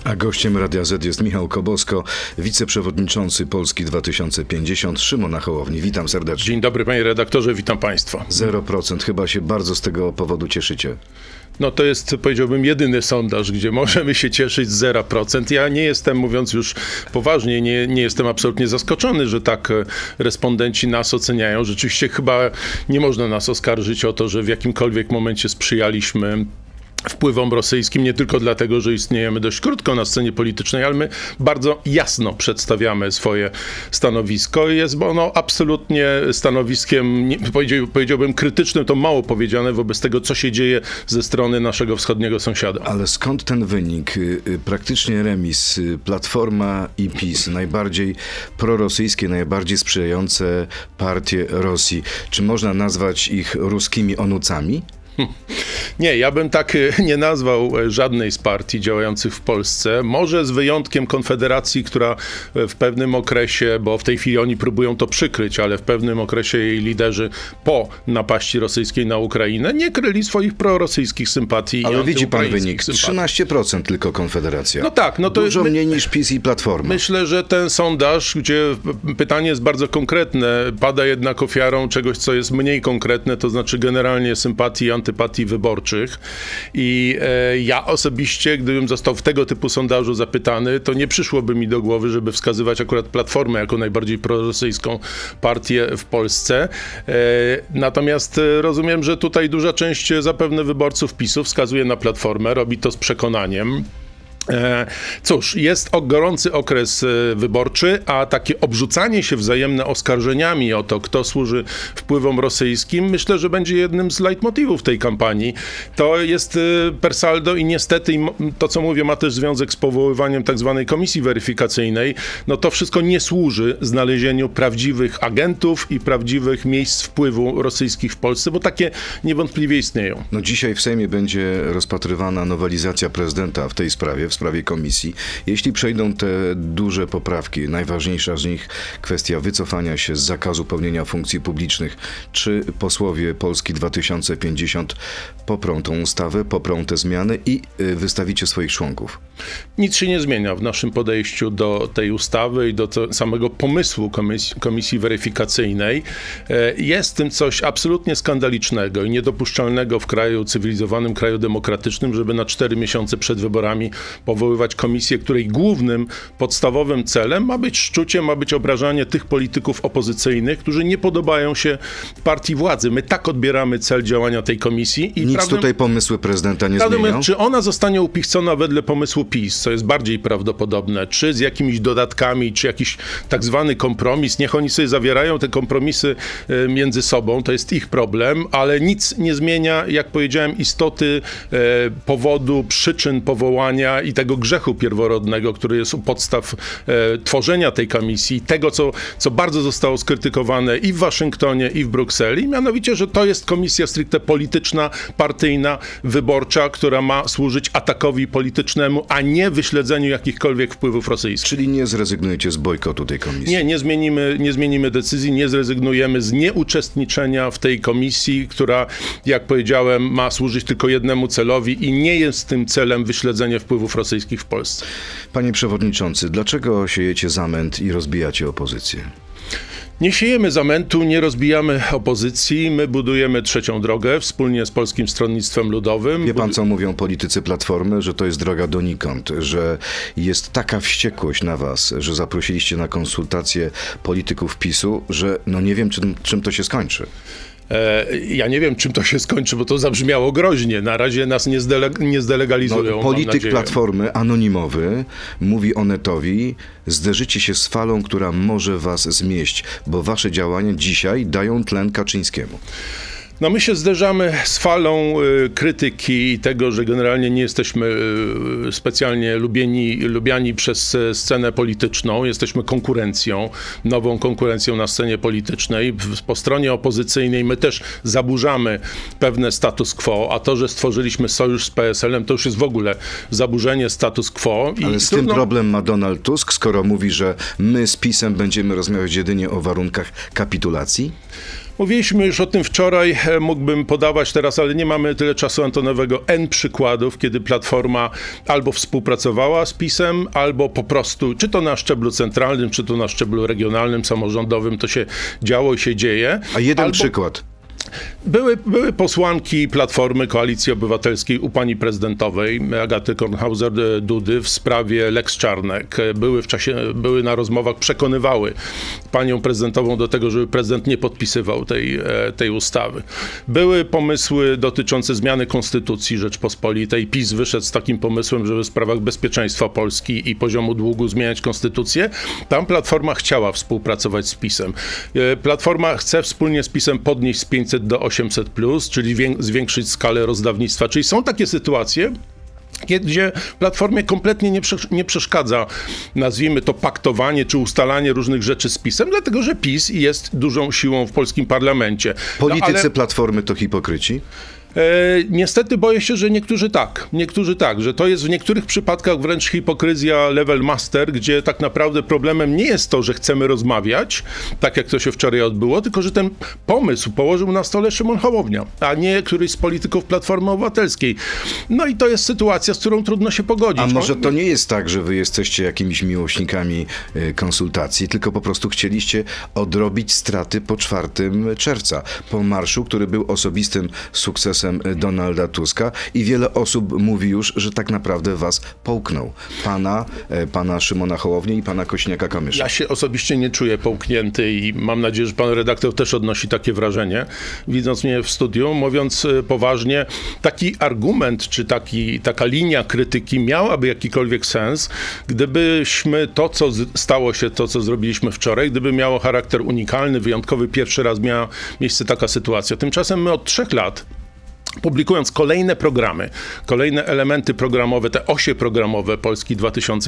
A gościem Radia Z jest Michał Kobosko, wiceprzewodniczący Polski 2050, Szymon na Hołowni. Witam serdecznie. Dzień dobry, panie redaktorze, witam państwa. 0%. Chyba się bardzo z tego powodu cieszycie. No to jest, powiedziałbym, jedyny sondaż, gdzie możemy się cieszyć z 0%. Ja nie jestem, mówiąc już poważnie, nie jestem absolutnie zaskoczony, że tak respondenci nas oceniają. Rzeczywiście chyba nie można nas oskarżyć o to, że w jakimkolwiek momencie sprzyjaliśmy wpływom rosyjskim, nie tylko dlatego, że istniejemy dość krótko na scenie politycznej, ale my bardzo jasno przedstawiamy swoje stanowisko i jest ono absolutnie stanowiskiem, powiedziałbym, krytycznym, to mało powiedziane wobec tego, co się dzieje ze strony naszego wschodniego sąsiada. Ale skąd ten wynik? Praktycznie remis. Platforma i PiS, najbardziej prorosyjskie, najbardziej sprzyjające partie Rosji. Czy można nazwać ich ruskimi onucami? Nie, ja bym tak nie nazwał żadnej z partii działających w Polsce. Może z wyjątkiem Konfederacji, która w pewnym okresie, bo w tej chwili oni próbują to przykryć, ale w pewnym okresie jej liderzy po napaści rosyjskiej na Ukrainę nie kryli swoich prorosyjskich sympatii. Ale widzi pan wynik. Sympatii. 13% tylko Konfederacja. No tak, no to dużo mniej niż PiS i Platforma. Myślę, że ten sondaż, gdzie pytanie jest bardzo konkretne, pada jednak ofiarą czegoś, co jest mniej konkretne, to znaczy generalnie sympatii i antypatii wyborczych. I ja osobiście, gdybym został w tego typu sondażu zapytany, to nie przyszłoby mi do głowy, żeby wskazywać akurat Platformę jako najbardziej prorosyjską partię w Polsce. Natomiast rozumiem, że tutaj duża część zapewne wyborców PiS-u wskazuje na Platformę, robi to z przekonaniem. Cóż, jest gorący okres wyborczy, a takie obrzucanie się wzajemne oskarżeniami o to, kto służy wpływom rosyjskim, myślę, że będzie jednym z leitmotywów tej kampanii. To jest per saldo i niestety to, co mówię, ma też związek z powoływaniem tak zwanej komisji weryfikacyjnej. No to wszystko nie służy znalezieniu prawdziwych agentów i prawdziwych miejsc wpływu rosyjskich w Polsce, bo takie niewątpliwie istnieją. No dzisiaj w Sejmie będzie rozpatrywana nowelizacja prezydenta w tej sprawie, w sprawie komisji. Jeśli przejdą te duże poprawki, najważniejsza z nich kwestia wycofania się z zakazu pełnienia funkcji publicznych, czy posłowie Polski 2050 poprą tą ustawę, poprą te zmiany i wystawicie swoich członków? Nic się nie zmienia w naszym podejściu do tej ustawy i do samego pomysłu komisji weryfikacyjnej. Jest w tym coś absolutnie skandalicznego i niedopuszczalnego w kraju cywilizowanym, kraju demokratycznym, żeby na 4 miesiące przed wyborami powoływać komisję, której głównym, podstawowym celem ma być szczucie, ma być obrażanie tych polityków opozycyjnych, którzy nie podobają się partii władzy. My tak odbieramy cel działania tej komisji. I nic tutaj pomysły prezydenta nie zmienią? Czy ona zostanie upichcona wedle pomysłu PiS, co jest bardziej prawdopodobne, czy z jakimiś dodatkami, czy jakiś tak zwany kompromis. Niech oni sobie zawierają te kompromisy między sobą, to jest ich problem, ale nic nie zmienia, jak powiedziałem, istoty powodu, przyczyn powołania i tego grzechu pierworodnego, który jest u podstaw tworzenia tej komisji, tego, co bardzo zostało skrytykowane i w Waszyngtonie, i w Brukseli, mianowicie, że to jest komisja stricte polityczna, partyjna, wyborcza, która ma służyć atakowi politycznemu, a nie wyśledzeniu jakichkolwiek wpływów rosyjskich. Czyli nie zrezygnujecie z bojkotu tej komisji? Nie zmienimy decyzji, nie zrezygnujemy z nieuczestniczenia w tej komisji, która, jak powiedziałem, ma służyć tylko jednemu celowi i nie jest tym celem wyśledzenie wpływów rosyjskich w Polsce. Panie przewodniczący, dlaczego siejecie zamęt i rozbijacie opozycję? Nie siejemy zamętu, nie rozbijamy opozycji. My budujemy trzecią drogę wspólnie z Polskim Stronnictwem Ludowym. Wie pan, co mówią politycy Platformy? Że to jest droga donikąd, że jest taka wściekłość na was, że zaprosiliście na konsultacje polityków PiS-u, że no nie wiem, czym to się skończy. Ja nie wiem, czym to się skończy, bo to zabrzmiało groźnie. Na razie nas nie zdelegalizują. No, polityk Platformy, anonimowy, mówi Onetowi: zderzycie się z falą, która może was zmieść, bo wasze działania dzisiaj dają tlen Kaczyńskiemu. No my się zderzamy z falą krytyki i tego, że generalnie nie jesteśmy specjalnie lubiani przez scenę polityczną. Jesteśmy konkurencją, nową konkurencją na scenie politycznej. Po stronie opozycyjnej my też zaburzamy pewne status quo, a to, że stworzyliśmy sojusz z PSL-em, to już jest w ogóle zaburzenie status quo. Ale z tym problem ma Donald Tusk, skoro mówi, że my z PiS-em będziemy rozmawiać jedynie o warunkach kapitulacji? Mówiliśmy już o tym wczoraj, mógłbym podawać teraz, ale nie mamy tyle czasu antenowego. N przykładów, kiedy Platforma albo współpracowała z PiS-em, albo po prostu, czy to na szczeblu centralnym, czy to na szczeblu regionalnym, samorządowym, to się działo i się dzieje. A jeden przykład. Były posłanki Platformy, Koalicji Obywatelskiej u pani prezydentowej Agaty Kornhauser-Dudy w sprawie Lex Czarnek. Były na rozmowach, przekonywały panią prezydentową do tego, żeby prezydent nie podpisywał tej ustawy. Były pomysły dotyczące zmiany Konstytucji Rzeczpospolitej. PiS wyszedł z takim pomysłem, żeby w sprawach bezpieczeństwa Polski i poziomu długu zmieniać konstytucję. Tam Platforma chciała współpracować z PiS-em. Platforma chce wspólnie z PiS-em podnieść z 500 do 800+, czyli zwiększyć skalę rozdawnictwa. Czyli są takie sytuacje, gdzie Platformie kompletnie nie przeszkadza, nazwijmy to, paktowanie czy ustalanie różnych rzeczy z PiS-em, dlatego że PiS jest dużą siłą w polskim parlamencie. Politycy Platformy to hipokryci? Niestety boję się, że niektórzy tak, że to jest w niektórych przypadkach wręcz hipokryzja level master, gdzie tak naprawdę problemem nie jest to, że chcemy rozmawiać, tak jak to się wczoraj odbyło, tylko że ten pomysł położył na stole Szymon Hołownia, a nie któryś z polityków Platformy Obywatelskiej. No i to jest sytuacja, z którą trudno się pogodzić. A może to nie jest tak, że wy jesteście jakimiś miłośnikami konsultacji, tylko po prostu chcieliście odrobić straty po 4 czerwca, po marszu, który był osobistym sukcesem Donalda Tuska i wiele osób mówi już, że tak naprawdę was połknął. Pana Szymona Hołownię i pana Kosiniaka-Kamysza. Ja się osobiście nie czuję połknięty i mam nadzieję, że pan redaktor też odnosi takie wrażenie, widząc mnie w studiu. Mówiąc poważnie, taki argument, czy taka linia krytyki miałaby jakikolwiek sens, gdybyśmy to, co stało się, to, co zrobiliśmy wczoraj, gdyby miało charakter unikalny, wyjątkowy, pierwszy raz miała miejsce taka sytuacja. Tymczasem my od 3 lat, publikując kolejne programy, kolejne elementy programowe, te osie programowe Polski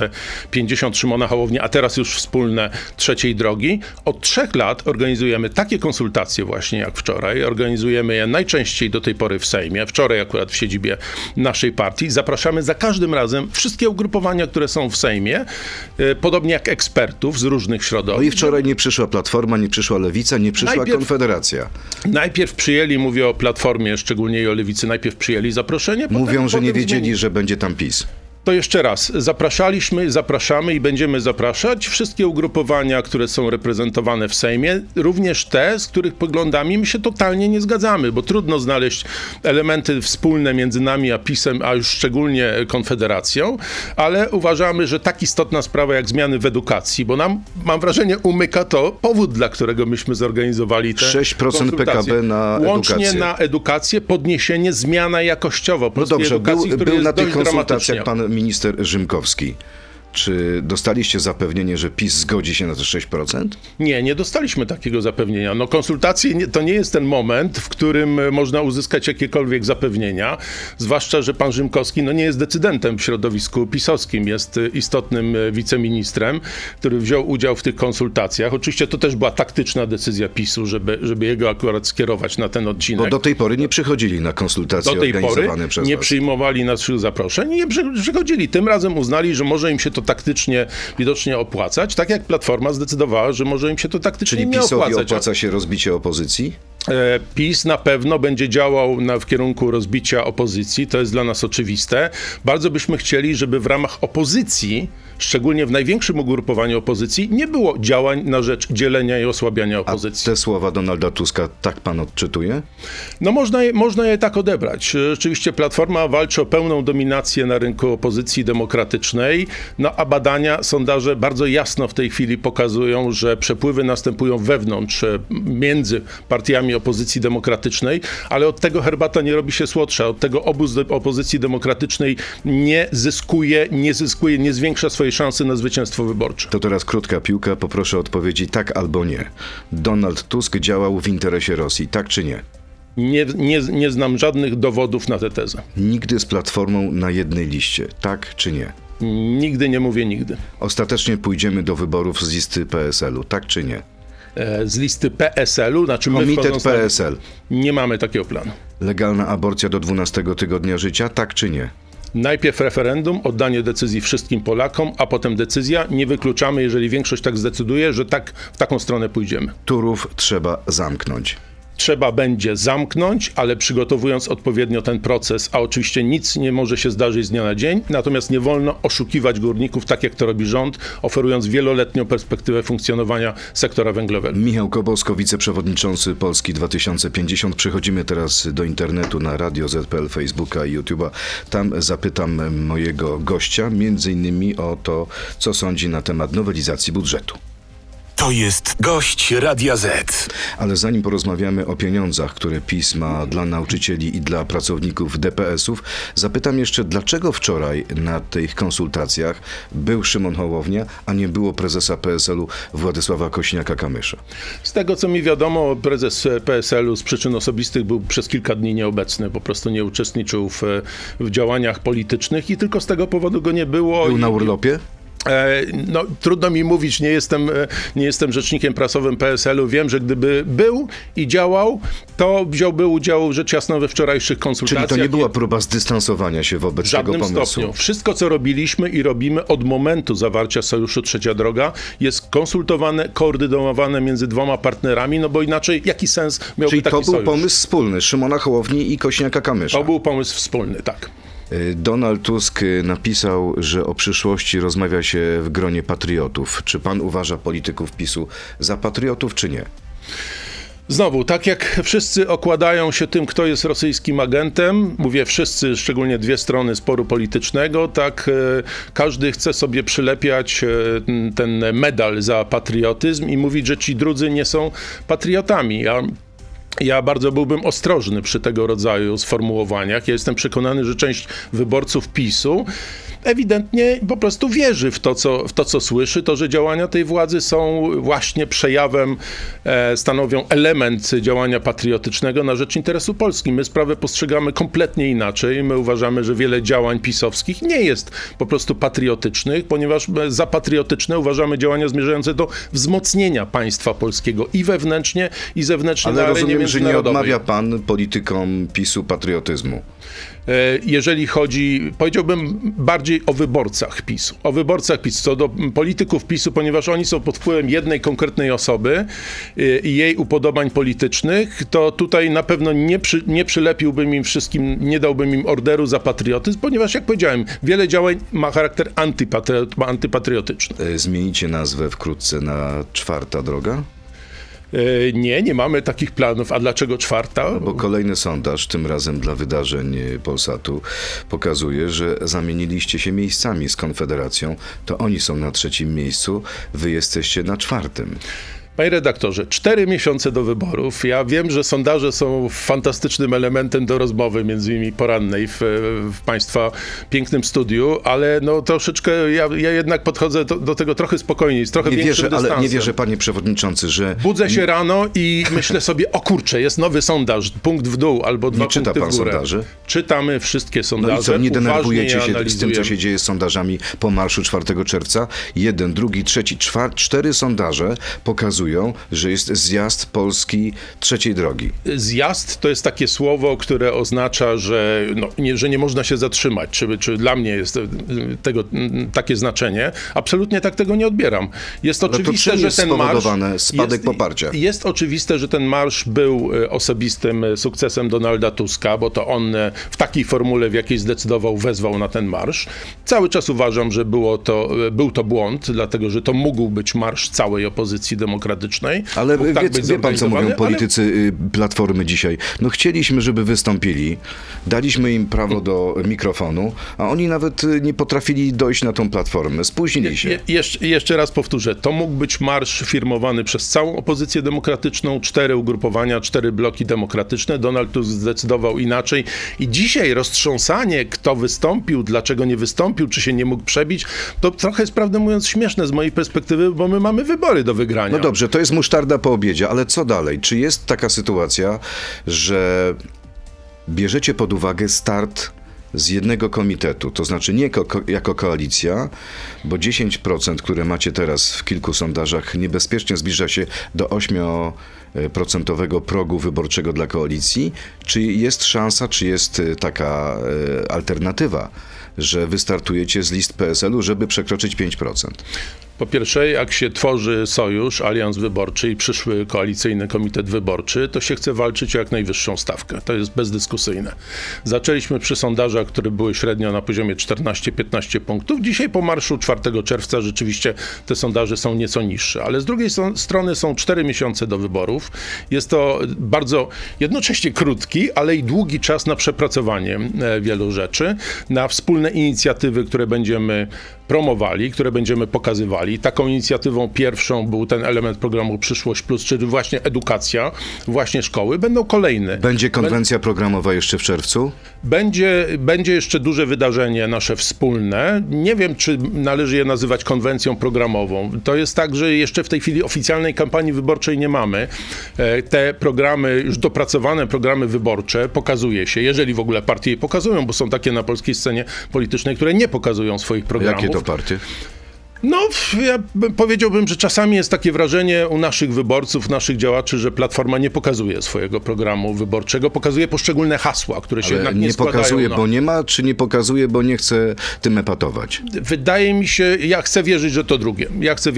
2050 Szymona Hołowni, a teraz już wspólne trzeciej drogi, od 3 lat organizujemy takie konsultacje właśnie jak wczoraj. Organizujemy je najczęściej do tej pory w Sejmie, wczoraj akurat w siedzibie naszej partii. Zapraszamy za każdym razem wszystkie ugrupowania, które są w Sejmie, podobnie jak ekspertów z różnych środowisk. No i wczoraj nie przyszła Platforma, nie przyszła Lewica, nie przyszła Konfederacja. Najpierw przyjęli, mówię o Platformie, szczególnie i o Lewicy, najpierw przyjęli zaproszenie. Mówią, że nie wiedzieli, że będzie tam PiS. To jeszcze raz, zapraszamy i będziemy zapraszać wszystkie ugrupowania, które są reprezentowane w Sejmie, również te, z których poglądami my się totalnie nie zgadzamy, bo trudno znaleźć elementy wspólne między nami a PiS-em, a już szczególnie Konfederacją, ale uważamy, że tak istotna sprawa jak zmiany w edukacji, bo nam, mam wrażenie, umyka to powód, dla którego myśmy zorganizowali te 6% PKB na edukację. Łącznie na edukację, podniesienie, zmiana jakościowa polskiej edukacji, który był jest na tych dość konsultacjach pan minister Rzymkowski. Czy dostaliście zapewnienie, że PiS zgodzi się na te 6%? Nie dostaliśmy takiego zapewnienia. No konsultacje to nie jest ten moment, w którym można uzyskać jakiekolwiek zapewnienia, zwłaszcza, że pan Rzymkowski nie jest decydentem w środowisku pisowskim, jest istotnym wiceministrem, który wziął udział w tych konsultacjach. Oczywiście to też była taktyczna decyzja PiS-u, żeby jego akurat skierować na ten odcinek. Bo do tej pory nie przychodzili na konsultacje organizowane przez was. Nie przyjmowali naszych zaproszeń i nie przychodzili. Tym razem uznali, że może im się to taktycznie widocznie opłacać, tak jak Platforma zdecydowała, że może im się to taktycznie nie opłacać. Czyli PiS-owi opłaca się rozbicie opozycji? PiS na pewno będzie działał w kierunku rozbicia opozycji, to jest dla nas oczywiste. Bardzo byśmy chcieli, żeby w ramach opozycji, szczególnie w największym ugrupowaniu opozycji, nie było działań na rzecz dzielenia i osłabiania opozycji. A te słowa Donalda Tuska tak pan odczytuje? No można je tak odebrać. Rzeczywiście Platforma walczy o pełną dominację na rynku opozycji demokratycznej, a badania, sondaże bardzo jasno w tej chwili pokazują, że przepływy następują wewnątrz, między partiami opozycji demokratycznej, ale od tego herbata nie robi się słodsza. Od tego obóz opozycji demokratycznej nie zwiększa swojej szansy na zwycięstwo wyborcze. To teraz krótka piłka, poproszę o odpowiedzi tak albo nie. Donald Tusk działał w interesie Rosji, tak czy nie? Nie znam żadnych dowodów na tę tezę. Nigdy z Platformą na jednej liście, tak czy nie? Nigdy nie mówię nigdy. Ostatecznie pójdziemy do wyborów z listy PSL-u, tak czy nie? Z listy PSL-u, znaczy my Komitet PSL. Nie mamy takiego planu. Legalna aborcja do 12 tygodnia życia, tak czy nie? Najpierw referendum, oddanie decyzji wszystkim Polakom, a potem decyzja. Nie wykluczamy, jeżeli większość tak zdecyduje, że w taką stronę pójdziemy. Turów trzeba zamknąć. trzeba będzie zamknąć, ale przygotowując odpowiednio ten proces, a oczywiście nic nie może się zdarzyć z dnia na dzień, natomiast nie wolno oszukiwać górników, tak jak to robi rząd, oferując wieloletnią perspektywę funkcjonowania sektora węglowego. Michał Kobosko, wiceprzewodniczący Polski 2050. Przechodzimy teraz do internetu na Radio ZPL, Facebooka i YouTube'a. Tam zapytam mojego gościa między innymi o to, co sądzi na temat nowelizacji budżetu. To jest gość Radia Z. Ale zanim porozmawiamy o pieniądzach, które PiS ma dla nauczycieli i dla pracowników DPS-ów, zapytam jeszcze, dlaczego wczoraj na tych konsultacjach był Szymon Hołownia, a nie było prezesa PSL-u Władysława Kosiniaka-Kamysza? Z tego, co mi wiadomo, prezes PSL-u z przyczyn osobistych był przez kilka dni nieobecny, po prostu nie uczestniczył w działaniach politycznych i tylko z tego powodu go nie było. Był na urlopie? No, trudno mi mówić, nie jestem rzecznikiem prasowym PSL-u. Wiem, że gdyby był i działał, to wziąłby udział rzecz jasna we wczorajszych konsultacjach. Czyli to nie była próba zdystansowania się wobec tego pomysłu? W żadnym stopniu. Wszystko, co robiliśmy i robimy od momentu zawarcia Sojuszu Trzecia Droga, jest konsultowane, koordynowane między dwoma partnerami, no bo inaczej jaki sens miałby Czyli taki sojusz? to był pomysł wspólny Szymona Hołowni i Kosiniaka-Kamysza? To był pomysł wspólny, tak. Donald Tusk napisał, że o przyszłości rozmawia się w gronie patriotów. Czy pan uważa polityków PiS-u za patriotów, czy nie? Znowu, tak jak wszyscy okładają się tym, kto jest rosyjskim agentem, mówię wszyscy, szczególnie dwie strony sporu politycznego, tak każdy chce sobie przylepiać ten medal za patriotyzm i mówić, że ci drudzy nie są patriotami. Ja bardzo byłbym ostrożny przy tego rodzaju sformułowaniach. Ja jestem przekonany, że część wyborców PiS-u ewidentnie po prostu wierzy w to, co słyszy, to, że działania tej władzy są właśnie przejawem, stanowią element działania patriotycznego na rzecz interesu Polski. My sprawę postrzegamy kompletnie inaczej. My uważamy, że wiele działań pisowskich nie jest po prostu patriotycznych, ponieważ za patriotyczne uważamy działania zmierzające do wzmocnienia państwa polskiego i wewnętrznie, i zewnętrznie na arenie międzynarodowej. Ale rozumiem, że nie odmawia pan politykom PiS-u patriotyzmu. Jeżeli chodzi, powiedziałbym, bardziej o wyborcach PiS-u. O wyborcach PiS-u, co do polityków PiS-u, ponieważ oni są pod wpływem jednej konkretnej osoby i jej upodobań politycznych, to tutaj na pewno nie przylepiłbym im wszystkim, nie dałbym im orderu za patriotyzm, ponieważ, jak powiedziałem, wiele działań ma charakter antypatriotyczny. Zmienicie nazwę wkrótce na Czwarta Droga? Nie mamy takich planów. A dlaczego czwarta? Bo kolejny sondaż, tym razem dla wydarzeń Polsatu, pokazuje, że zamieniliście się miejscami z Konfederacją. To oni są na 3. miejscu, wy jesteście na 4. Panie redaktorze, 4 miesiące do wyborów. Ja wiem, że sondaże są fantastycznym elementem do rozmowy, między innymi porannej w państwa pięknym studiu, ale no troszeczkę ja jednak podchodzę do tego trochę spokojniej, z trochę większym dystansem. Ale nie wierzę, panie przewodniczący, że... Budzę się rano i myślę sobie, o kurczę, jest nowy sondaż, punkt w dół albo 2 punkty w górę. Nie czyta pan sondaży? Czytamy wszystkie sondaże. No i co, nie denerwujecie się z tym, co się dzieje z sondażami po marszu 4 czerwca? 1, 2, 3, 4 sondaże pokazują, że jest zjazd Polski trzeciej drogi. Zjazd to jest takie słowo, które oznacza, że nie można się zatrzymać. Czy dla mnie jest takie znaczenie? Absolutnie tak tego nie odbieram. Jest oczywiste, że ten marsz... spadek poparcia. Jest oczywiste, że ten marsz był osobistym sukcesem Donalda Tuska, bo to on w takiej formule, w jakiej zdecydował, wezwał na ten marsz. Cały czas uważam, że był to błąd, dlatego że to mógł być marsz całej opozycji demokratycznej. Ale wie pan, co mówią politycy Platformy dzisiaj? No chcieliśmy, żeby wystąpili, daliśmy im prawo do mikrofonu, a oni nawet nie potrafili dojść na tą platformę. Spóźnili się. Jeszcze raz powtórzę, to mógł być marsz firmowany przez całą opozycję demokratyczną, 4 ugrupowania, 4 bloki demokratyczne. Donald Tusk zdecydował inaczej i dzisiaj roztrząsanie, kto wystąpił, dlaczego nie wystąpił, czy się nie mógł przebić, to trochę jest, prawdę mówiąc, śmieszne z mojej perspektywy, bo my mamy wybory do wygrania. No dobrze, to jest musztarda po obiedzie, ale co dalej? Czy jest taka sytuacja, że bierzecie pod uwagę start z jednego komitetu, to znaczy nie jako koalicja, bo 10%, które macie teraz w kilku sondażach, niebezpiecznie zbliża się do 8% progu wyborczego dla koalicji. Czy jest szansa, czy jest taka alternatywa, że wystartujecie z list PSL-u, żeby przekroczyć 5%? Po pierwsze, jak się tworzy sojusz, alians wyborczy i przyszły koalicyjny komitet wyborczy, to się chce walczyć o jak najwyższą stawkę. To jest bezdyskusyjne. Zaczęliśmy przy sondażach, które były średnio na poziomie 14-15 punktów. Dzisiaj po marszu 4 czerwca rzeczywiście te sondaże są nieco niższe, ale z drugiej strony są 4 miesiące do wyborów. Jest to bardzo jednocześnie krótki, ale i długi czas na przepracowanie wielu rzeczy, na wspólne inicjatywy, które będziemy promowali, które będziemy pokazywali. Taką inicjatywą pierwszą był ten element programu Przyszłość Plus, czyli właśnie edukacja, właśnie szkoły. Będą kolejne. Będzie konwencja programowa jeszcze w czerwcu? Będzie jeszcze duże wydarzenie nasze wspólne. Nie wiem, czy należy je nazywać konwencją programową. To jest tak, że jeszcze w tej chwili oficjalnej kampanii wyborczej nie mamy. Te programy, już dopracowane programy wyborcze pokazuje się, jeżeli w ogóle partie je pokazują, bo są takie na polskiej scenie politycznej, które nie pokazują swoich programów. Jakie to partie? No, ja powiedziałbym, że czasami jest takie wrażenie u naszych wyborców, naszych działaczy, że Platforma nie pokazuje swojego programu wyborczego, pokazuje poszczególne hasła, które się jednak nie składają. Nie pokazuje, bo nie ma, czy nie pokazuje, bo nie chce tym epatować? Wydaje mi się, ja chcę wierzyć, że to drugie.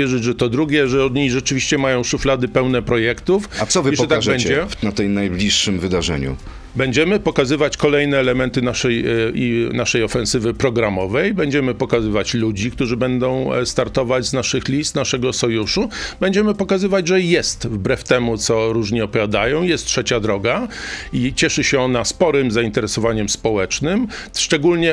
Że oni rzeczywiście mają szuflady pełne projektów. A co wy pokażecie tak na tej najbliższym wydarzeniu? Będziemy pokazywać kolejne elementy naszej ofensywy programowej. Będziemy pokazywać ludzi, którzy będą startować z naszych list, naszego sojuszu. Będziemy pokazywać, że jest, wbrew temu, co różni opowiadają, jest trzecia droga i cieszy się ona sporym zainteresowaniem społecznym. Szczególnie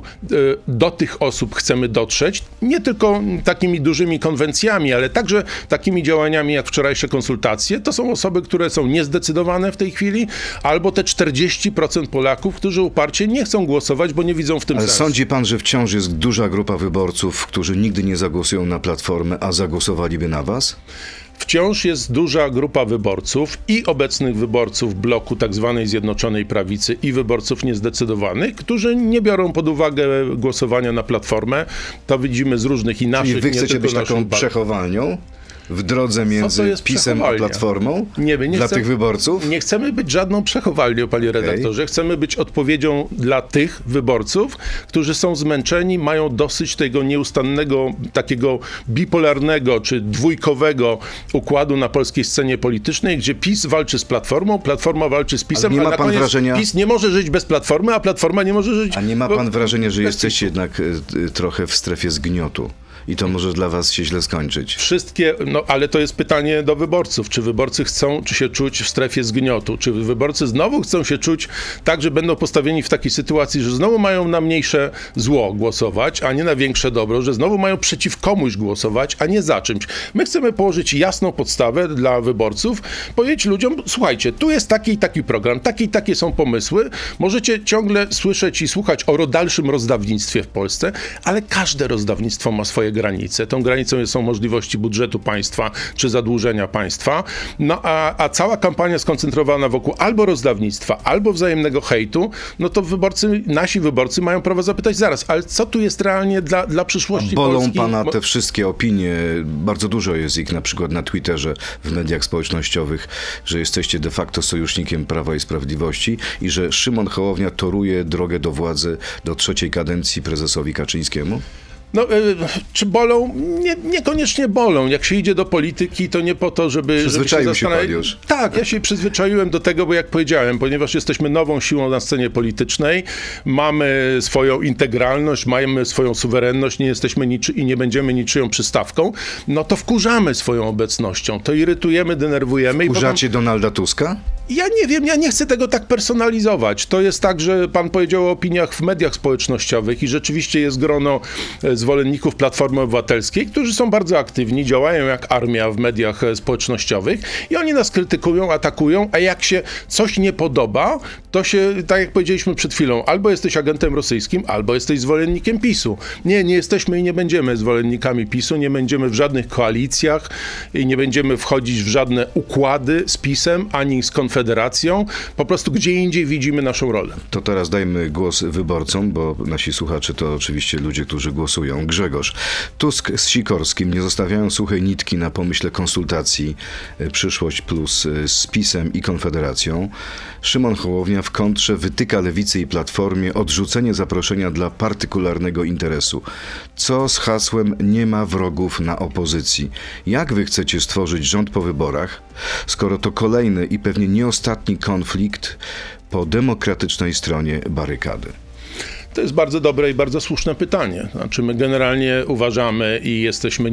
do tych osób chcemy dotrzeć, nie tylko takimi dużymi konwencjami, ale także takimi działaniami jak wczorajsze konsultacje. To są osoby, które są niezdecydowane w tej chwili, albo te 40% Polaków, którzy uparcie nie chcą głosować, bo nie widzą w tym sensu. Sądzi pan, że wciąż jest duża grupa wyborców, którzy nigdy nie zagłosują na Platformę, a zagłosowaliby na was? Wciąż jest duża grupa wyborców i obecnych wyborców bloku tak zwanej Zjednoczonej Prawicy i wyborców niezdecydowanych, którzy nie biorą pod uwagę głosowania na Platformę. To widzimy z różnych i naszych. Czyli wy chcecie być taką przechowalnią? W drodze między PiS-em a Platformą? Dla tych wyborców? Nie chcemy być żadną przechowalnią, panie redaktorze. Chcemy być odpowiedzią dla tych wyborców, którzy są zmęczeni, mają dosyć tego nieustannego, takiego bipolarnego czy dwójkowego układu na polskiej scenie politycznej, gdzie PiS walczy z Platformą, Platforma walczy z PiS-em, a na koniec PiS nie może żyć bez Platformy, a Platforma nie może żyć... A nie ma pan wrażenia, że jesteście jednak trochę w strefie zgniotu? I to może dla was się źle skończyć. Ale to jest pytanie do wyborców. Czy wyborcy chcą się czuć w strefie zgniotu? Czy wyborcy znowu chcą się czuć tak, że będą postawieni w takiej sytuacji, że znowu mają na mniejsze zło głosować, a nie na większe dobro, że znowu mają przeciw komuś głosować, a nie za czymś. My chcemy położyć jasną podstawę dla wyborców, powiedzieć ludziom, słuchajcie, tu jest taki i taki program, takie i takie są pomysły. Możecie ciągle słyszeć i słuchać o dalszym rozdawnictwie w Polsce, ale każde rozdawnictwo ma swoje granice. Tą granicą są możliwości budżetu państwa czy zadłużenia państwa. No a cała kampania skoncentrowana wokół albo rozdawnictwa, albo wzajemnego hejtu, no to nasi wyborcy mają prawo zapytać zaraz, ale co tu jest realnie dla przyszłości Bolą Polski? pana te wszystkie opinie, bardzo dużo jest ich na przykład na Twitterze, w mediach społecznościowych, że jesteście de facto sojusznikiem Prawa i Sprawiedliwości i że Szymon Hołownia toruje drogę do władzy do 3. kadencji prezesowi Kaczyńskiemu? No, czy bolą? Niekoniecznie bolą. Jak się idzie do polityki, to nie po to, żeby Przyzwyczaił się pan już. Tak, ja się przyzwyczaiłem do tego, bo jak powiedziałem, ponieważ jesteśmy nową siłą na scenie politycznej, mamy swoją integralność, mamy swoją suwerenność, nie jesteśmy i nie będziemy niczyją przystawką, no to wkurzamy swoją obecnością, to irytujemy, denerwujemy. Wkurzacie Donalda Tuska? Ja nie wiem, ja nie chcę tego tak personalizować. To jest tak, że pan powiedział o opiniach w mediach społecznościowych i rzeczywiście jest grono zwolenników Platformy Obywatelskiej, którzy są bardzo aktywni, działają jak armia w mediach społecznościowych i oni nas krytykują, atakują, a jak się coś nie podoba, to się, tak jak powiedzieliśmy przed chwilą, albo jesteś agentem rosyjskim, albo jesteś zwolennikiem PiS-u. Nie jesteśmy i nie będziemy zwolennikami PiS-u, nie będziemy w żadnych koalicjach i nie będziemy wchodzić w żadne układy z PiS-em, ani z Konfederacją, Konfederacją. Po prostu gdzie indziej widzimy naszą rolę. To teraz dajmy głos wyborcom, bo nasi słuchacze to oczywiście ludzie, którzy głosują. Grzegorz, Tusk z Sikorskim nie zostawiają suchej nitki na pomyśle konsultacji Przyszłość Plus z PiS-em i Konfederacją. Szymon Hołownia w kontrze wytyka Lewicy i Platformie odrzucenie zaproszenia dla partykularnego interesu. Co z hasłem nie ma wrogów na opozycji? Jak wy chcecie stworzyć rząd po wyborach, skoro to kolejny i pewnie nie ostatni konflikt po demokratycznej stronie barykady? To jest bardzo dobre i bardzo słuszne pytanie. Znaczy my generalnie uważamy i jesteśmy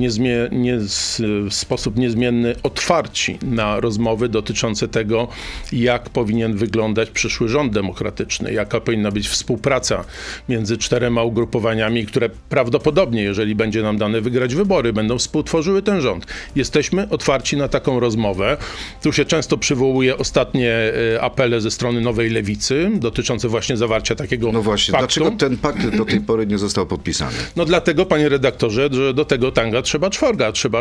w sposób niezmienny otwarci na rozmowy dotyczące tego, jak powinien wyglądać przyszły rząd demokratyczny, jaka powinna być współpraca między 4 ugrupowaniami, które prawdopodobnie, jeżeli będzie nam dane wygrać wybory, będą współtworzyły ten rząd. Jesteśmy otwarci na taką rozmowę. Tu się często przywołuje ostatnie apele ze strony Nowej Lewicy dotyczące właśnie zawarcia takiego paktu. Dlaczego ten pakt do tej pory nie został podpisany? No dlatego, panie redaktorze, że do tego tanga trzeba czworga, trzeba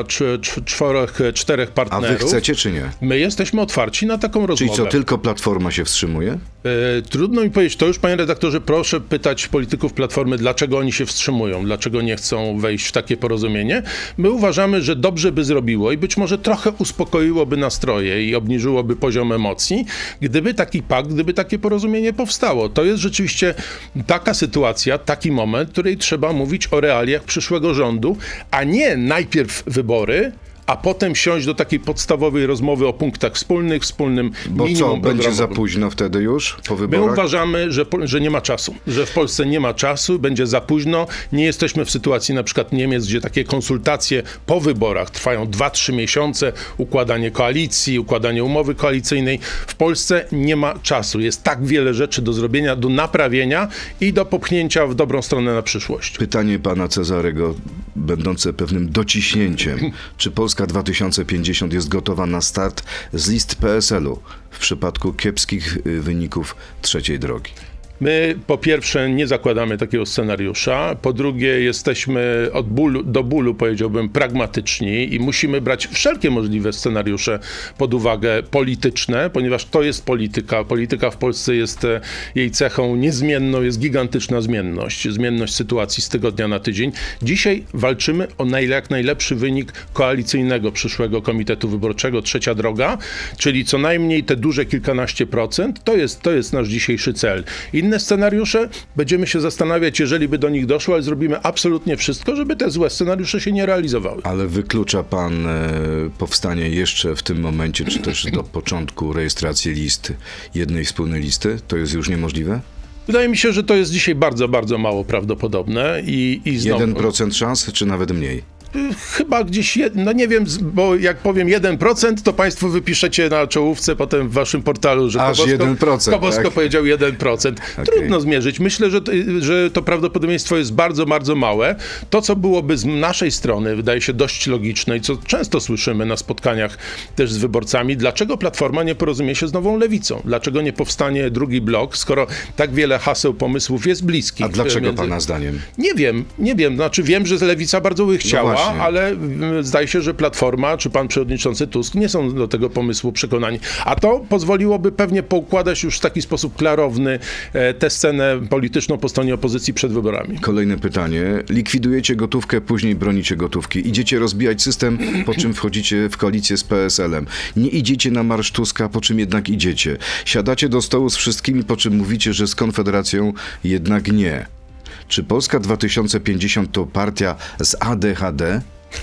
4 partnerów. A wy chcecie czy nie? My jesteśmy otwarci na taką rozmowę. Czyli co, tylko Platforma się wstrzymuje? Trudno mi powiedzieć, to już, panie redaktorze, proszę pytać polityków Platformy, dlaczego oni się wstrzymują, dlaczego nie chcą wejść w takie porozumienie. My uważamy, że dobrze by zrobiło i być może trochę uspokoiłoby nastroje i obniżyłoby poziom emocji, gdyby taki pakt, gdyby takie porozumienie powstało. To jest rzeczywiście taka sytuacja, taki moment, w której trzeba mówić o realiach przyszłego rządu, a nie najpierw wybory, a potem siąść do takiej podstawowej rozmowy o punktach wspólnym Bo minimum co, będzie za programowym. późno wtedy już po My wyborach? uważamy, że nie ma czasu, że w Polsce nie ma czasu, będzie za późno. Nie jesteśmy w sytuacji na przykład Niemiec, gdzie takie konsultacje po wyborach trwają 2-3 miesiące, układanie koalicji, układanie umowy koalicyjnej. W Polsce nie ma czasu. Jest tak wiele rzeczy do zrobienia, do naprawienia i do popchnięcia w dobrą stronę na przyszłość. Pytanie pana Cezarego, będące pewnym dociśnięciem. Czy Polska 2050 jest gotowa na start z list PSL-u w przypadku kiepskich wyników trzeciej drogi? My po pierwsze nie zakładamy takiego scenariusza, po drugie jesteśmy od bólu do bólu, powiedziałbym, pragmatyczni i musimy brać wszelkie możliwe scenariusze pod uwagę polityczne, ponieważ to jest polityka. Polityka w Polsce jest jej cechą niezmienną, jest gigantyczna zmienność sytuacji z tygodnia na tydzień. Dzisiaj walczymy o jak najlepszy wynik koalicyjnego przyszłego Komitetu Wyborczego, trzecia droga, czyli co najmniej te duże kilkanaście procent, to jest nasz dzisiejszy cel. Inne scenariusze będziemy się zastanawiać, jeżeli by do nich doszło, ale zrobimy absolutnie wszystko, żeby te złe scenariusze się nie realizowały. Ale wyklucza pan powstanie jeszcze w tym momencie, czy też do początku rejestracji list, jednej wspólnej listy? To jest już niemożliwe? Wydaje mi się, że to jest dzisiaj bardzo, bardzo mało prawdopodobne i znowu... 1% szans, czy nawet mniej? Chyba gdzieś, no nie wiem, bo jak powiem 1%, to państwo wypiszecie na czołówce potem w waszym portalu, że Aż 1%, Kobosko tak? powiedział 1%. Trudno zmierzyć. Myślę, że to prawdopodobieństwo jest bardzo, bardzo małe. To, co byłoby z naszej strony, wydaje się dość logiczne i co często słyszymy na spotkaniach też z wyborcami, dlaczego Platforma nie porozumie się z Nową Lewicą? Dlaczego nie powstanie drugi blok, skoro tak wiele haseł, pomysłów jest bliskich? A dlaczego pana zdaniem? Nie wiem. Znaczy wiem, że Lewica bardzo by chciała, właśnie. ale zdaje się, że Platforma czy pan przewodniczący Tusk nie są do tego pomysłu przekonani. A to pozwoliłoby pewnie poukładać już w taki sposób klarowny tę scenę polityczną po stronie opozycji przed wyborami. Kolejne pytanie. Likwidujecie gotówkę, później bronicie gotówki. Idziecie rozbijać system, po czym wchodzicie w koalicję z PSL-em. Nie idziecie na marsz Tuska, po czym jednak idziecie. Siadacie do stołu z wszystkimi, po czym mówicie, że z Konfederacją jednak nie. Czy Polska 2050 to partia z ADHD?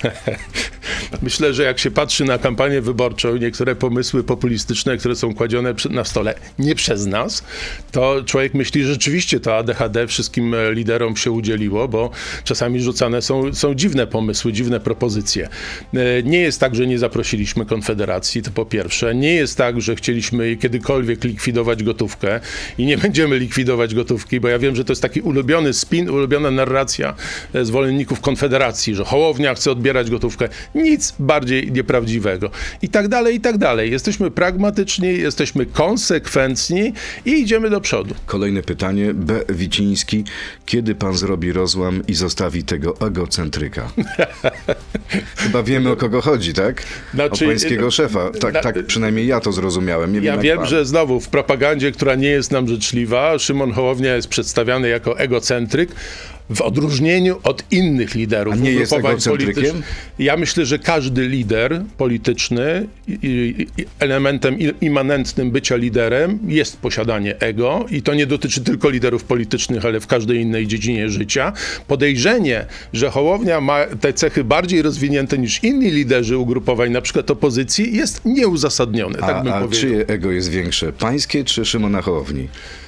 Myślę, że jak się patrzy na kampanię wyborczą, niektóre pomysły populistyczne, które są kładzione na stole nie przez nas, to człowiek myśli, że rzeczywiście to ADHD wszystkim liderom się udzieliło, bo czasami rzucane są dziwne pomysły, dziwne propozycje. Nie jest tak, że nie zaprosiliśmy Konfederacji, to po pierwsze. Nie jest tak, że chcieliśmy kiedykolwiek likwidować gotówkę i nie będziemy likwidować gotówki, bo ja wiem, że to jest taki ulubiony spin, ulubiona narracja zwolenników Konfederacji, że Hołownia chce odbierać gotówkę. Nic bardziej nieprawdziwego. I tak dalej, i tak dalej. Jesteśmy pragmatyczni, jesteśmy konsekwentni i idziemy do przodu. Kolejne pytanie. B. Wiciński. Kiedy pan zrobi rozłam i zostawi tego egocentryka? Chyba wiemy, o kogo chodzi, tak? Znaczy, o pańskiego szefa. Tak przynajmniej ja to zrozumiałem. Nie ja wiem, że znowu w propagandzie, która nie jest nam życzliwa, Szymon Hołownia jest przedstawiany jako egocentryk, w odróżnieniu od innych liderów. A nie jest egocentrykiem? Ja myślę, że każdy lider polityczny, elementem immanentnym bycia liderem jest posiadanie ego i to nie dotyczy tylko liderów politycznych, ale w każdej innej dziedzinie życia. Podejrzenie, że Hołownia ma te cechy bardziej rozwinięte niż inni liderzy ugrupowań, na przykład opozycji, jest nieuzasadnione. Tak bym powiedział. Czyje ego jest większe? Pańskie czy Szymona Hołowni?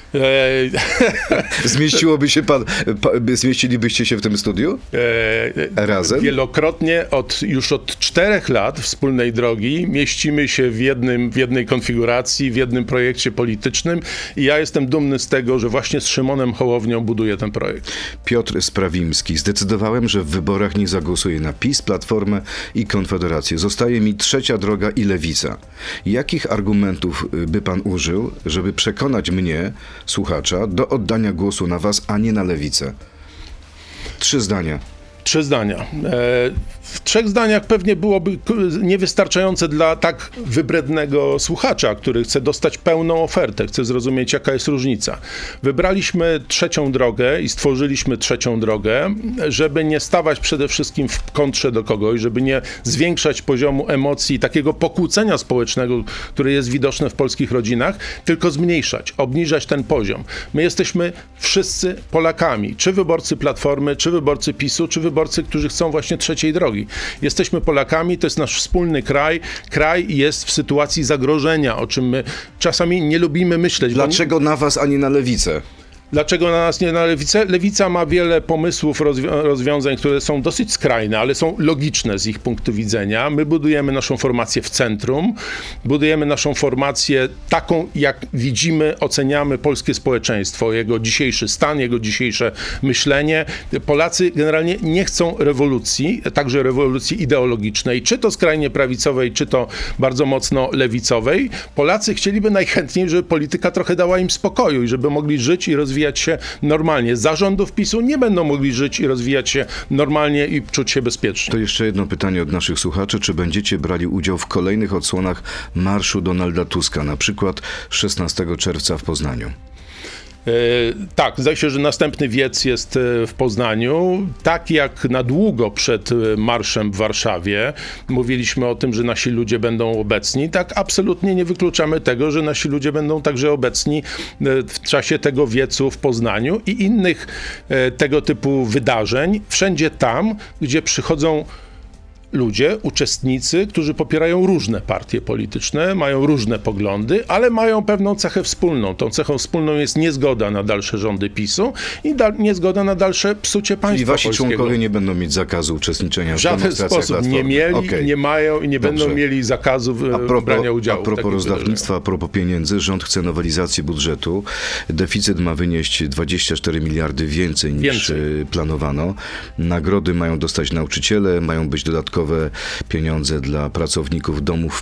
Zmieścilibyście się w tym studiu? Razem? Wielokrotnie, już od 4 lat wspólnej drogi mieścimy się w jednej konfiguracji, w jednym projekcie politycznym i ja jestem dumny z tego, że właśnie z Szymonem Hołownią buduję ten projekt. Piotr Sprawimski. Zdecydowałem, że w wyborach nie zagłosuję na PiS, Platformę i Konfederację. Zostaje mi trzecia droga i Lewica. Jakich argumentów by pan użył, żeby przekonać mnie, słuchacza, do oddania głosu na was, a nie na Lewicę? 3 zdania. 3 zdania. W 3 zdaniach pewnie byłoby niewystarczające dla tak wybrednego słuchacza, który chce dostać pełną ofertę, chce zrozumieć, jaka jest różnica. Wybraliśmy trzecią drogę i stworzyliśmy trzecią drogę, żeby nie stawać przede wszystkim w kontrze do kogoś, żeby nie zwiększać poziomu emocji, takiego pokłócenia społecznego, które jest widoczne w polskich rodzinach, tylko zmniejszać, obniżać ten poziom. My jesteśmy wszyscy Polakami, czy wyborcy Platformy, czy wyborcy PiS-u, czy wyborcy, którzy chcą właśnie trzeciej drogi. Jesteśmy Polakami, to jest nasz wspólny kraj. Kraj jest w sytuacji zagrożenia, o czym my czasami nie lubimy myśleć. Dlaczego na was, a nie na Lewicę? Dlaczego na nas nie na Lewicę? Lewica ma wiele pomysłów, rozwiązań, które są dosyć skrajne, ale są logiczne z ich punktu widzenia. My budujemy naszą formację w centrum, budujemy naszą formację taką, jak widzimy, oceniamy polskie społeczeństwo, jego dzisiejszy stan, jego dzisiejsze myślenie. Polacy generalnie nie chcą rewolucji, także rewolucji ideologicznej, czy to skrajnie prawicowej, czy to bardzo mocno lewicowej. Polacy chcieliby najchętniej, żeby polityka trochę dała im spokoju i żeby mogli żyć i rozwijać się normalnie. Za rządów PiS-u nie będą mogli żyć i rozwijać się normalnie i czuć się bezpiecznie. To jeszcze jedno pytanie od naszych słuchaczy. Czy będziecie brali udział w kolejnych odsłonach marszu Donalda Tuska, na przykład 16 czerwca w Poznaniu? Tak, zdaje się, że następny wiec jest w Poznaniu. Tak jak na długo przed marszem w Warszawie mówiliśmy o tym, że nasi ludzie będą obecni, tak absolutnie nie wykluczamy tego, że nasi ludzie będą także obecni w czasie tego wiecu w Poznaniu i innych tego typu wydarzeń, wszędzie tam, gdzie przychodzą ludzie, uczestnicy, którzy popierają różne partie polityczne, mają różne poglądy, ale mają pewną cechę wspólną. Tą cechą wspólną jest niezgoda na dalsze rządy PiS-u i niezgoda na dalsze psucie państwa polskiego. I wasi polskiego. członkowie nie będą mieć zakazu uczestniczenia w demonstracjach Platformy. W żaden sposób nie mieli, nie mają i nie będą mieli zakazu brania udziału. A propos rozdawnictwa, a propos pieniędzy, rząd chce nowelizacji budżetu. Deficyt ma wynieść 24 miliardy więcej niż planowano. Nagrody mają dostać nauczyciele, mają być dodatkowe pieniądze dla pracowników domów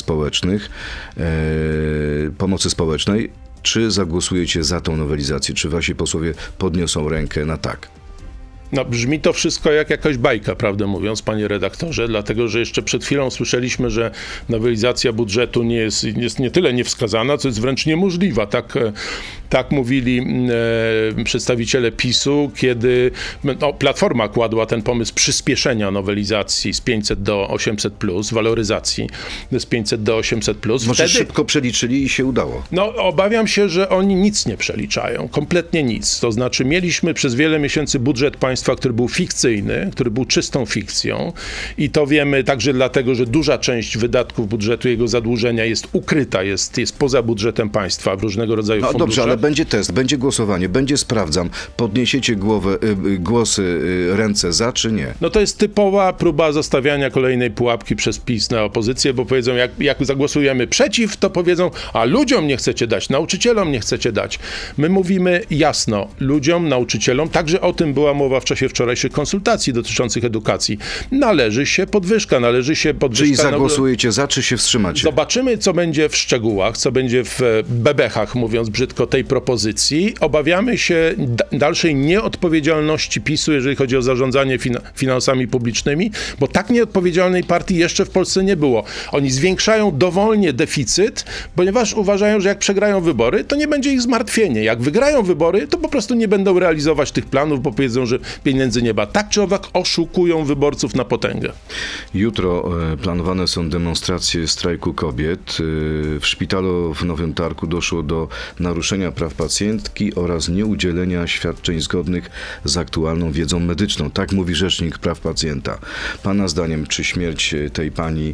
pomocy społecznej. Czy zagłosujecie za tą nowelizację? Czy wasi posłowie podniosą rękę na tak? No, brzmi to wszystko jak jakaś bajka, prawdę mówiąc, panie redaktorze, dlatego, że jeszcze przed chwilą słyszeliśmy, że nowelizacja budżetu jest nie tyle niewskazana, co jest wręcz niemożliwa. Tak mówili przedstawiciele PiS-u, kiedy Platforma kładła ten pomysł przyspieszenia nowelizacji z 500 do 800+, waloryzacji z 500 do 800+. Może szybko przeliczyli i się udało. No, obawiam się, że oni nic nie przeliczają, kompletnie nic. To znaczy mieliśmy przez wiele miesięcy budżet państwa, który był fikcyjny, który był czystą fikcją i to wiemy także dlatego, że duża część wydatków budżetu, jego zadłużenia jest ukryta, jest poza budżetem państwa w różnego rodzaju funduszach. Dobrze, ale będzie test, będzie głosowanie, będzie sprawdzam. Podniesiecie głosy, ręce za czy nie? No to jest typowa próba zostawiania kolejnej pułapki przez PiS na opozycję, bo powiedzą, jak zagłosujemy przeciw, to powiedzą, a ludziom nie chcecie dać, nauczycielom nie chcecie dać. My mówimy jasno, ludziom, nauczycielom, także o tym była mowa w w czasie wczorajszych konsultacji dotyczących edukacji. Należy się podwyżka. Czyli zagłosujecie za, czy się wstrzymacie? Zobaczymy, co będzie w szczegółach, co będzie w bebechach, mówiąc brzydko, tej propozycji. Obawiamy się dalszej nieodpowiedzialności PiS-u, jeżeli chodzi o zarządzanie finansami publicznymi, bo tak nieodpowiedzialnej partii jeszcze w Polsce nie było. Oni zwiększają dowolnie deficyt, ponieważ uważają, że jak przegrają wybory, to nie będzie ich zmartwienie. Jak wygrają wybory, to po prostu nie będą realizować tych planów, bo powiedzą, że pieniędzy nie ma. Tak czy owak oszukują wyborców na potęgę. Jutro planowane są demonstracje strajku kobiet. W szpitalu w Nowym Targu doszło do naruszenia praw pacjentki oraz nieudzielenia świadczeń zgodnych z aktualną wiedzą medyczną. Tak mówi Rzecznik Praw Pacjenta. Pana zdaniem, czy śmierć tej pani,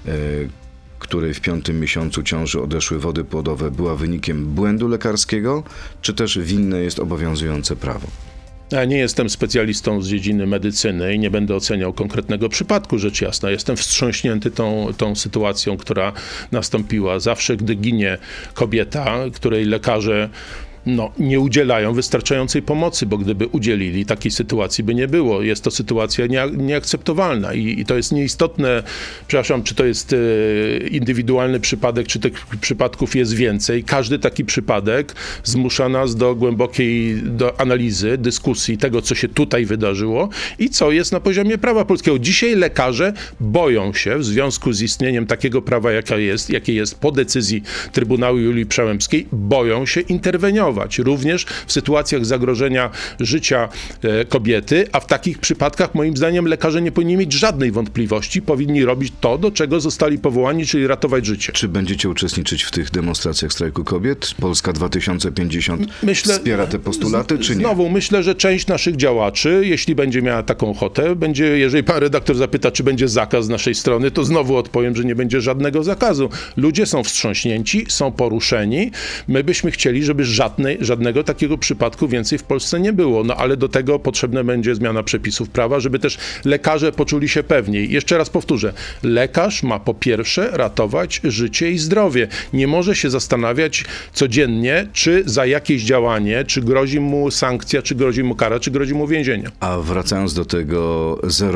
której w 5. miesiącu ciąży odeszły wody płodowe, była wynikiem błędu lekarskiego, czy też winne jest obowiązujące prawo? Ja nie jestem specjalistą z dziedziny medycyny i nie będę oceniał konkretnego przypadku, rzecz jasna. Jestem wstrząśnięty tą sytuacją, która nastąpiła. Zawsze, gdy ginie kobieta, której lekarze nie udzielają wystarczającej pomocy, bo gdyby udzielili, takiej sytuacji by nie było. Jest to sytuacja nieakceptowalna i to jest nieistotne, przepraszam, czy to jest indywidualny przypadek, czy tych przypadków jest więcej. Każdy taki przypadek zmusza nas do głębokiej analizy, dyskusji tego, co się tutaj wydarzyło i co jest na poziomie prawa polskiego. Dzisiaj lekarze boją się w związku z istnieniem takiego prawa, jakie jest po decyzji Trybunału Julii Przyłębskiej, boją się interweniować. Również w sytuacjach zagrożenia życia kobiety, a w takich przypadkach moim zdaniem lekarze nie powinni mieć żadnej wątpliwości, powinni robić to, do czego zostali powołani, czyli ratować życie. Czy będziecie uczestniczyć w tych demonstracjach strajku kobiet? Polska 2050 wspiera te postulaty, czy nie? Znowu, myślę, że część naszych działaczy, jeśli będzie miała taką ochotę, jeżeli pan redaktor zapyta, czy będzie zakaz z naszej strony, to znowu odpowiem, że nie będzie żadnego zakazu. Ludzie są wstrząśnięci, są poruszeni. My byśmy chcieli, żeby żadnego takiego przypadku więcej w Polsce nie było. Ale do tego potrzebna będzie zmiana przepisów prawa, żeby też lekarze poczuli się pewniej. Jeszcze raz powtórzę. Lekarz ma po pierwsze ratować życie i zdrowie. Nie może się zastanawiać codziennie, czy za jakieś działanie, czy grozi mu sankcja, czy grozi mu kara, czy grozi mu więzienie. A wracając do tego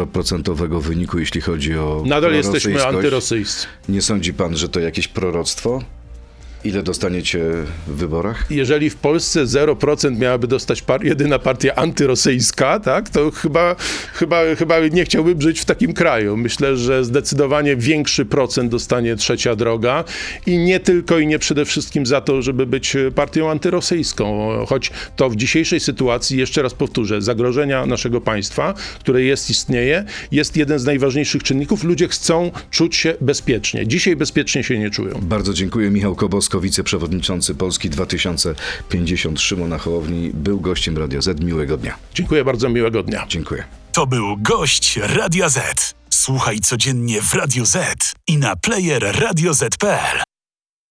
0% wyniku, jeśli chodzi o nadal jesteśmy antyrosyjscy. Nie sądzi pan, że to jakieś proroctwo? Ile dostaniecie w wyborach? Jeżeli w Polsce 0% miałaby dostać jedyna partia antyrosyjska, tak, to chyba nie chciałbym żyć w takim kraju. Myślę, że zdecydowanie większy procent dostanie Trzecia Droga i nie tylko i nie przede wszystkim za to, żeby być partią antyrosyjską. Choć to w dzisiejszej sytuacji, jeszcze raz powtórzę, zagrożenia naszego państwa, które istnieje, jest jeden z najważniejszych czynników. Ludzie chcą czuć się bezpiecznie. Dzisiaj bezpiecznie się nie czują. Bardzo dziękuję. Michał Kobosko, wiceprzewodniczący Polski 2050, Szymon Hołowni, był gościem Radia Z. Miłego dnia. Dziękuję bardzo, miłego dnia. Dziękuję. To był gość Radia Z. Słuchaj codziennie w Radio Z i na player radioz.pl.